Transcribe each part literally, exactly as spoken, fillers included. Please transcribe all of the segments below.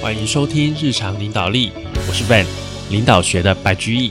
欢迎收听日常领导力，我是 Van， 领导学的白居易。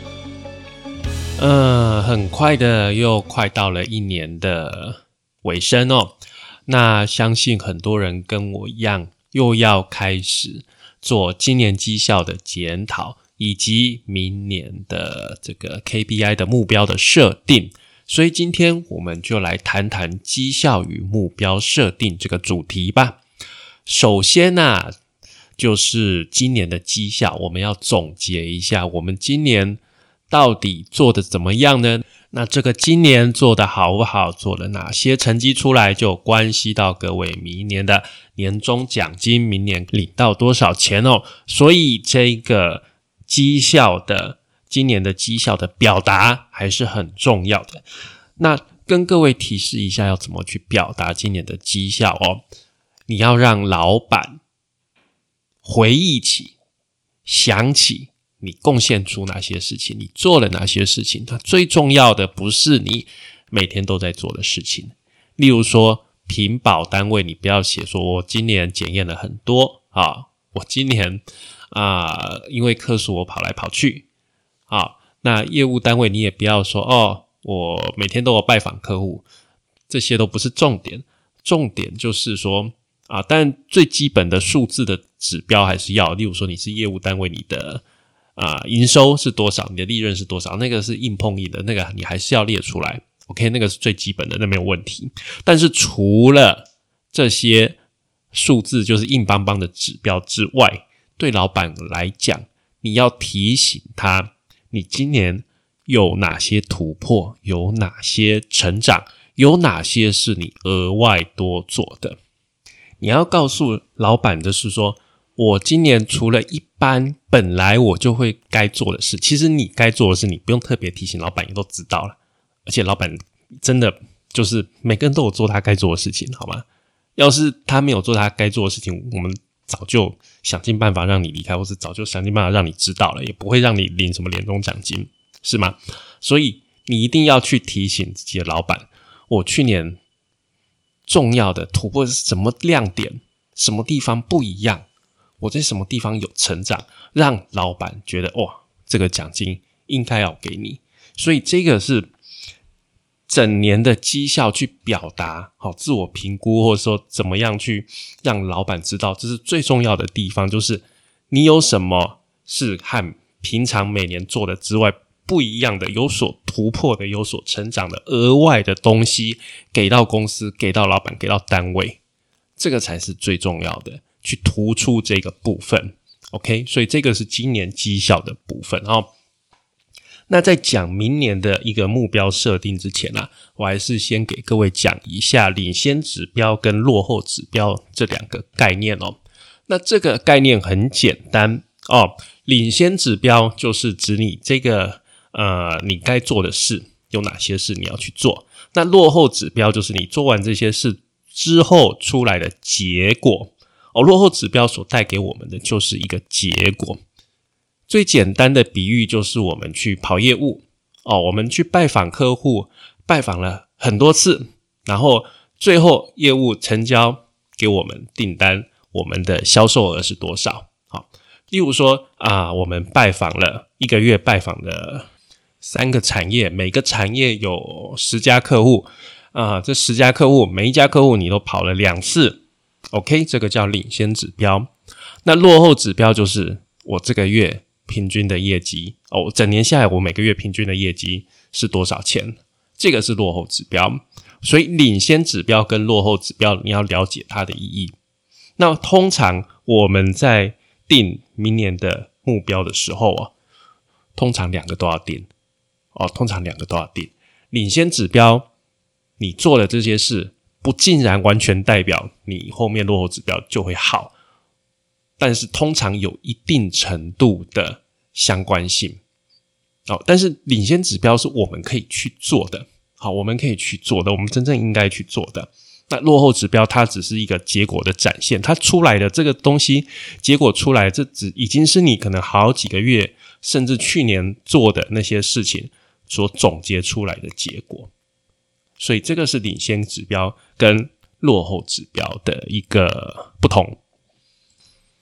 呃，很快的又快到了一年的尾声哦。那相信很多人跟我一样，又要开始做今年绩效的检讨，以及明年的这个 K P I 的目标的设定。所以今天我们就来谈谈绩效与目标设定这个主题吧。首先啊，就是今年的绩效，我们要总结一下我们今年到底做的怎么样呢？那这个今年做的好不好，做了哪些成绩出来，就关系到各位明年的年终奖金，明年领到多少钱哦。所以这个绩效的今年的绩效的表达还是很重要的。那跟各位提示一下要怎么去表达今年的绩效哦。你要让老板回忆起想起你贡献出哪些事情，你做了哪些事情。那最重要的不是你每天都在做的事情，例如说评保单位，你不要写说我今年检验了很多啊，我今年啊因为客诉我跑来跑去啊。那业务单位你也不要说哦我每天都有拜访客户，这些都不是重点。重点就是说啊，但最基本的数字的指标还是要，例如说你是业务单位，你的啊营收是多少，你的利润是多少，那个是硬碰硬的，那个你还是要列出来 OK， 那个是最基本的，那没有问题。但是除了这些数字就是硬邦邦的指标之外，对老板来讲，你要提醒他你今年有哪些突破，有哪些成长，有哪些是你额外多做的。你要告诉老板的是说，我今年除了一般本来我就会该做的事，其实你该做的事你不用特别提醒，老板也都知道了。而且老板真的就是每个人都有做他该做的事情，好吗？要是他没有做他该做的事情，我们早就想尽办法让你离开，或是早就想尽办法让你知道了，也不会让你领什么年终奖金，是吗？所以你一定要去提醒自己的老板，我去年重要的突破是什么亮点，什么地方不一样，我在什么地方有成长，让老板觉得哇，这个奖金应该要给你。所以这个是整年的绩效去表达好自我评估，或者说怎么样去让老板知道，这是最重要的地方，就是你有什么是和平常每年做的之外不一样的，有所突破的，有所成长的额外的东西给到公司，给到老板，给到单位，这个才是最重要的，去突出这个部分 OK， 所以这个是今年绩效的部分哦。那在讲明年的一个目标设定之前啊，我还是先给各位讲一下领先指标跟落后指标这两个概念哦。那这个概念很简单哦，领先指标就是指你这个呃，你该做的事有哪些事你要去做。那落后指标就是你做完这些事之后出来的结果哦。落后指标所带给我们的就是一个结果。最简单的比喻就是我们去跑业务哦，我们去拜访客户，拜访了很多次，然后最后业务成交给我们订单，我们的销售额是多少？好，例如说啊，我们拜访了一个月，拜访了三个产业，每个产业有十家客户啊，这十家客户每一家客户你都跑了两次 OK， 这个叫领先指标。那落后指标就是我这个月平均的业绩哦，整年下来我每个月平均的业绩是多少钱，这个是落后指标。所以领先指标跟落后指标你要了解它的意义。那通常我们在定明年的目标的时候啊，通常两个都要定哦，通常两个都要定。领先指标你做的这些事不尽然完全代表你后面落后指标就会好，但是通常有一定程度的相关性哦。但是领先指标是我们可以去做的，好，我们可以去做的，我们真正应该去做的。那落后指标它只是一个结果的展现，它出来的这个东西结果出来，这只已经是你可能好几个月甚至去年做的那些事情所总结出来的结果。所以这个是领先指标跟落后指标的一个不同。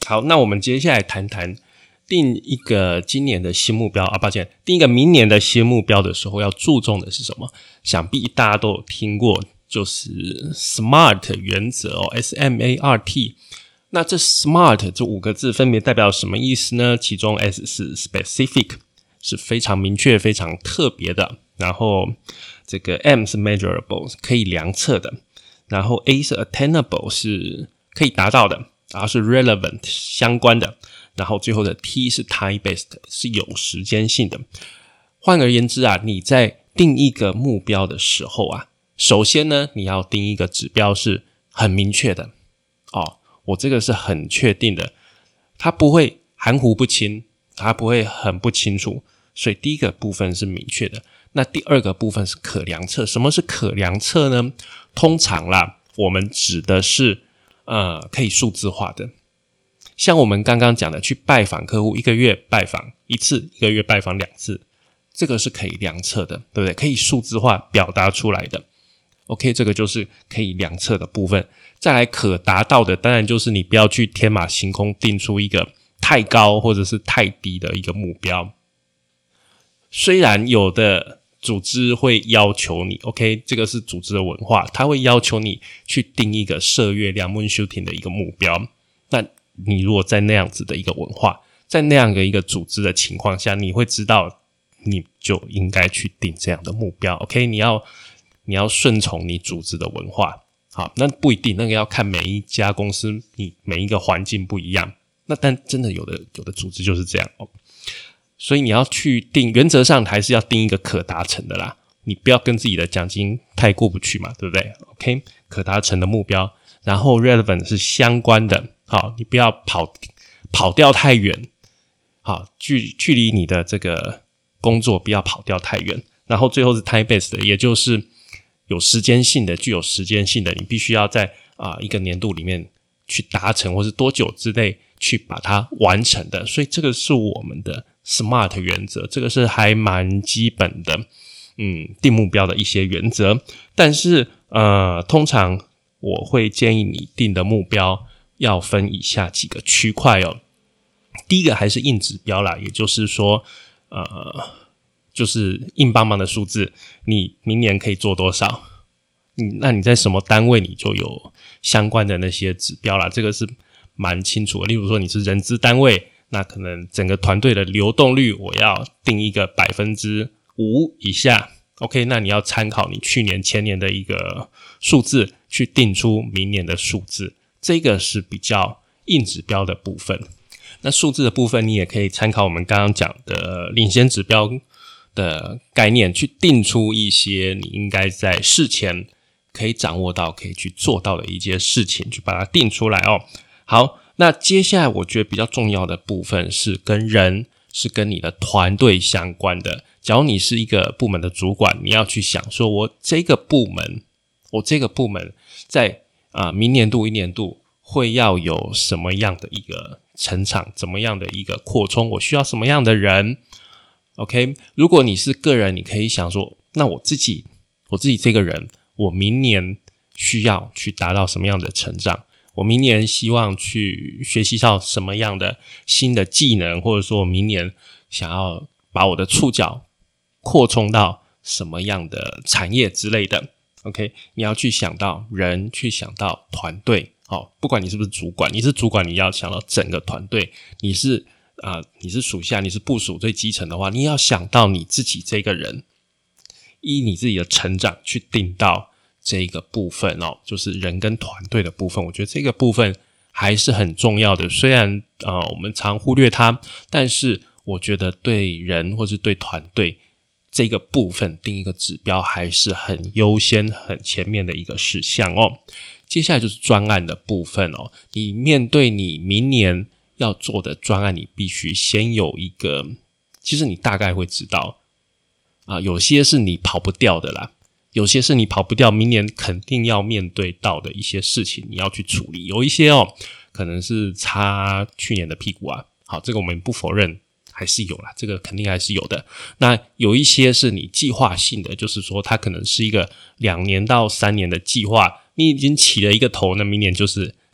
好，那我们接下来谈谈定一个今年的新目标啊，抱歉，定一个明年的新目标的时候要注重的是什么？想必大家都有听过，就是 SMART 原则哦 ，S M A R T。那这 SMART 这五个字分别代表什么意思呢？其中 S 是 specific， 是非常明确、非常特别的。然后这个 M 是 measurable， 可以量测的。然后 A 是 attainable， 是可以达到的。然后是 relevant， 相关的。然后最后的 T 是 time-based， 是有时间性的。换而言之啊，你在定一个目标的时候啊，首先呢，你要定一个指标是很明确的哦，我这个是很确定的，它不会含糊不清，它不会很不清楚，所以第一个部分是明确的。那第二个部分是可量测。什么是可量测呢？通常啦，我们指的是呃可以数字化的。像我们刚刚讲的去拜访客户，一个月拜访一次，一个月拜访两次，这个是可以量测的，对不对？可以数字化表达出来的。OK， 这个就是可以量测的部分。再来可达到的，当然就是你不要去天马行空定出一个太高或者是太低的一个目标。虽然有的组织会要求你 OK， 这个是组织的文化，它会要求你去定一个射月亮 moon shooting 的一个目标。那你如果在那样子的一个文化，在那样的一个组织的情况下，你会知道你就应该去定这样的目标。 OK， 你要你要顺从你组织的文化。好，那不一定，那个要看每一家公司，你每一个环境不一样。那但真的有的有的组织就是这样哦。所以你要去定，原则上还是要定一个可达成的啦，你不要跟自己的奖金太过不去嘛，对不对？ OK， 可达成的目标。然后 relevant 是相关的，好，你不要跑跑掉太远，好，距距离你的这个工作不要跑掉太远。然后最后是 time-based 的，也就是有时间性的，具有时间性的，你必须要在啊、呃、一个年度里面去达成，或是多久之内去把它完成的。所以这个是我们的 SMART 原则，这个是还蛮基本的，嗯，定目标的一些原则。但是呃，通常我会建议你定的目标要分以下几个区块哦。第一个还是硬指标啦，也就是说呃，就是硬邦邦的数字，你明年可以做多少，你那你在什么单位你就有相关的那些指标啦，这个是蛮清楚的。例如说你是人资单位，那可能整个团队的流动率我要定一个 百分之五 以下， OK， 那你要参考你去年前年的一个数字去定出明年的数字，这个是比较硬指标的部分。那数字的部分你也可以参考我们刚刚讲的领先指标的概念，去定出一些你应该在事前可以掌握到可以去做到的一些事情，去把它定出来哦。好，那接下来我觉得比较重要的部分是跟人，是跟你的团队相关的。假如你是一个部门的主管，你要去想说我这个部门我这个部门在啊、呃、明年度一年度会要有什么样的一个成长，怎么样的一个扩充，我需要什么样的人。 OK， 如果你是个人，你可以想说那我自己我自己这个人，我明年需要去达到什么样的成长，我明年希望去学习到什么样的新的技能，或者说我明年想要把我的触角扩充到什么样的产业之类的。 OK， 你要去想到人，去想到团队。好，不管你是不是主管，你是主管你要想到整个团队，你是啊、呃，你是属下，你是部属最基层的话，你要想到你自己这个人，依你自己的成长去定到这个部分哦，就是人跟团队的部分。我觉得这个部分还是很重要的，虽然呃我们常忽略它，但是我觉得对人或是对团队这个部分定一个指标还是很优先很前面的一个事项哦。接下来就是专案的部分哦，你面对你明年要做的专案，你必须先有一个，其实你大概会知道啊、呃，有些是你跑不掉的啦，有些是你跑不掉，明年肯定要面对到的一些事情你要去处理。有一些哦可能是擦去年的屁股啊，好，这个我们不否认还是有啦，这个肯定还是有的。那有一些是你计划性的，就是说它可能是一个两年到三年的计划，你已经起了一个头，那明年就是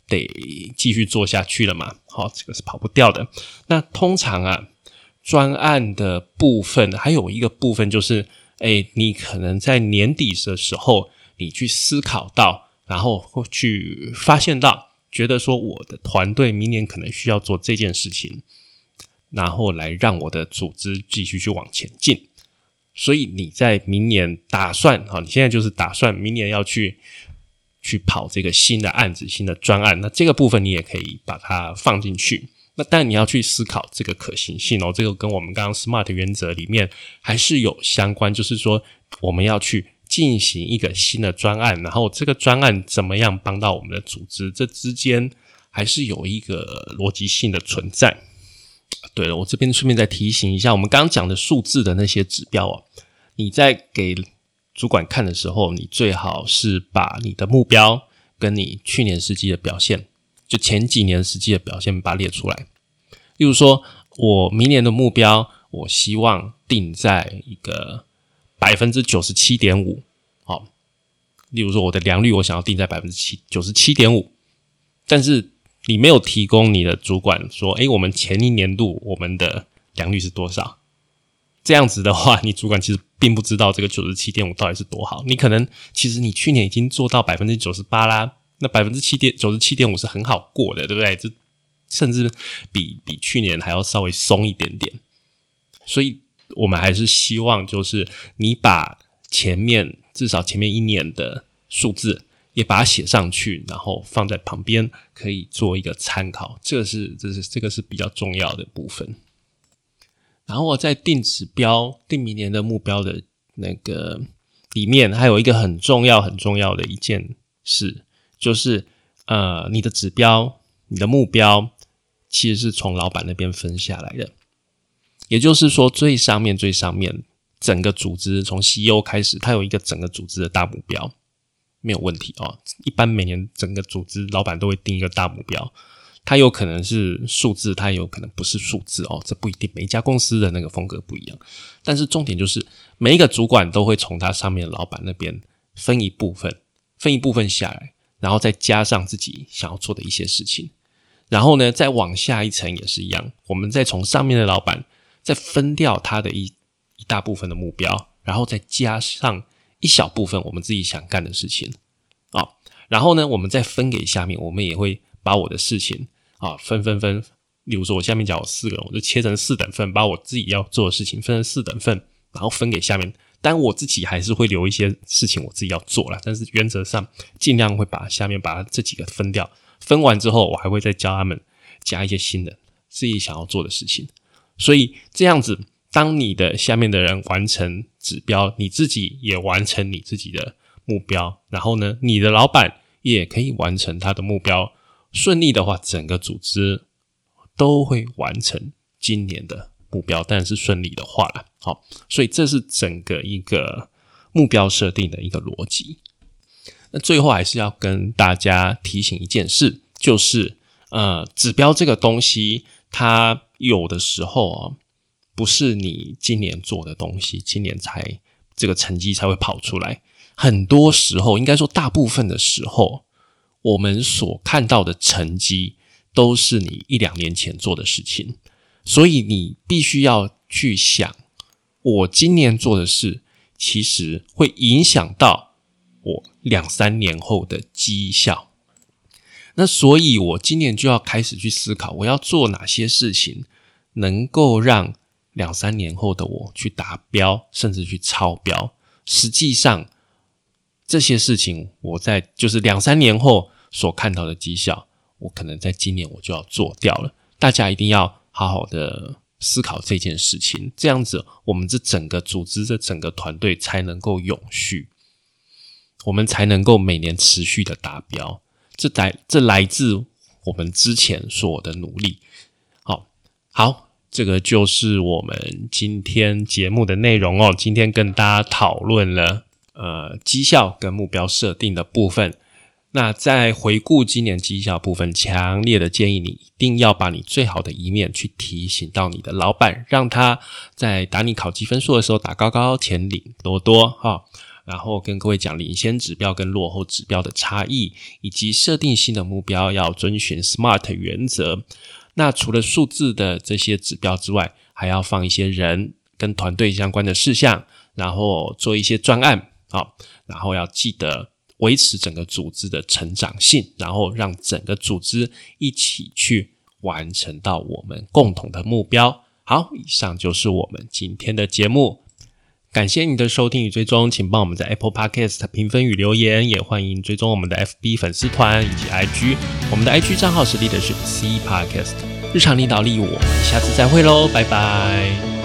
得继续做下去了嘛，好，这个是跑不掉的。那通常啊，专案的部分还有一个部分就是，诶，你可能在年底的时候，你去思考到，然后会去发现到，觉得说我的团队明年可能需要做这件事情，然后来让我的组织继续去往前进。所以你在明年打算，好，你现在就是打算明年要去去跑这个新的案子、新的专案，那这个部分你也可以把它放进去。那当然你要去思考这个可行性哦，这个跟我们刚刚 SMART 原则里面还是有相关，就是说我们要去进行一个新的专案，然后这个专案怎么样帮到我们的组织，这之间还是有一个逻辑性的存在。对了，我这边顺便再提醒一下，我们刚刚讲的数字的那些指标哦，你在给主管看的时候，你最好是把你的目标跟你去年实际的表现，就前几年实际的表现把它列出来。例如说我明年的目标，我希望定在一个 百分之九十七点五， 好，例如说我的良率我想要定在 百分之九十七点五， 但是你没有提供你的主管说，诶，我们前一年度我们的良率是多少？这样子的话，你主管其实并不知道这个 九十七点五 到底是多好。你可能其实你去年已经做到 百分之九十八 啦，那 百分之九十七点五 是很好过的，对不对？这甚至比比去年还要稍微松一点点。所以我们还是希望就是你把前面至少前面一年的数字也把它写上去，然后放在旁边可以做一个参考，这个是这是这个是比较重要的部分。然后我在定指标、定明年的目标的那个里面，还有一个很重要很重要的一件事，就是呃，你的指标、你的目标其实是从老板那边分下来的。也就是说，最上面最上面整个组织从 C E O 开始，它有一个整个组织的大目标，没有问题哦。一般每年整个组织老板都会定一个大目标，它有可能是数字，它有可能不是数字哦，这不一定，每一家公司的那个风格不一样。但是重点就是每一个主管都会从他上面的老板那边分一部分，分一部分下来，然后再加上自己想要做的一些事情。然后呢，再往下一层也是一样，我们再从上面的老板再分掉他的一一大部分的目标，然后再加上一小部分我们自己想干的事情啊、哦。然后呢，我们再分给下面，我们也会把我的事情啊分分分。例如说，我下面讲有四个人，我就切成四等份，把我自己要做的事情分成四等份，然后分给下面。但我自己还是会留一些事情我自己要做啦，但是原则上尽量会把下面把这几个分掉。分完之后，我还会再教他们加一些新的自己想要做的事情。所以这样子，当你的下面的人完成指标，你自己也完成你自己的目标，然后呢，你的老板也可以完成他的目标，顺利的话，整个组织都会完成今年的目标，但是顺利的话啦，好，所以这是整个一个目标设定的一个逻辑。那最后还是要跟大家提醒一件事，就是呃，指标这个东西，它有的时候啊，不是你今年做的东西，今年才这个成绩才会跑出来。很多时候，应该说大部分的时候，我们所看到的成绩都是你一两年前做的事情，所以你必须要去想，我今年做的事其实会影响到我两三年后的绩效。那所以我今年就要开始去思考，我要做哪些事情能够让两三年后的我去达标，甚至去超标。实际上这些事情我在就是两三年后所看到的绩效，我可能在今年我就要做掉了。大家一定要好好的思考这件事情，这样子我们这整个组织这整个团队才能够永续，我们才能够每年持续的达标。这来这来自我们之前所有的努力。好，好，这个就是我们今天节目的内容哦。今天跟大家讨论了呃绩效跟目标设定的部分。那在回顾今年绩效部分，强烈的建议你一定要把你最好的一面去提醒到你的老板，让他在打你考绩分数的时候打高高，钱领多多哈。 然后跟各位讲领先指标跟落后指标的差异，以及设定新的目标要遵循 SMART 原则。那除了数字的这些指标之外，还要放一些人跟团队相关的事项，然后做一些专案，好，然后要记得维持整个组织的成长性，然后让整个组织一起去完成到我们共同的目标。好，以上就是我们今天的节目，感谢你的收听与追踪，请帮我们在 Apple Podcast 评分与留言，也欢迎追踪我们的 F B 粉丝团以及 I G， 我们的 I G 账号是 Leadership C Podcast， 日常领导力，我们下次再会咯，拜拜。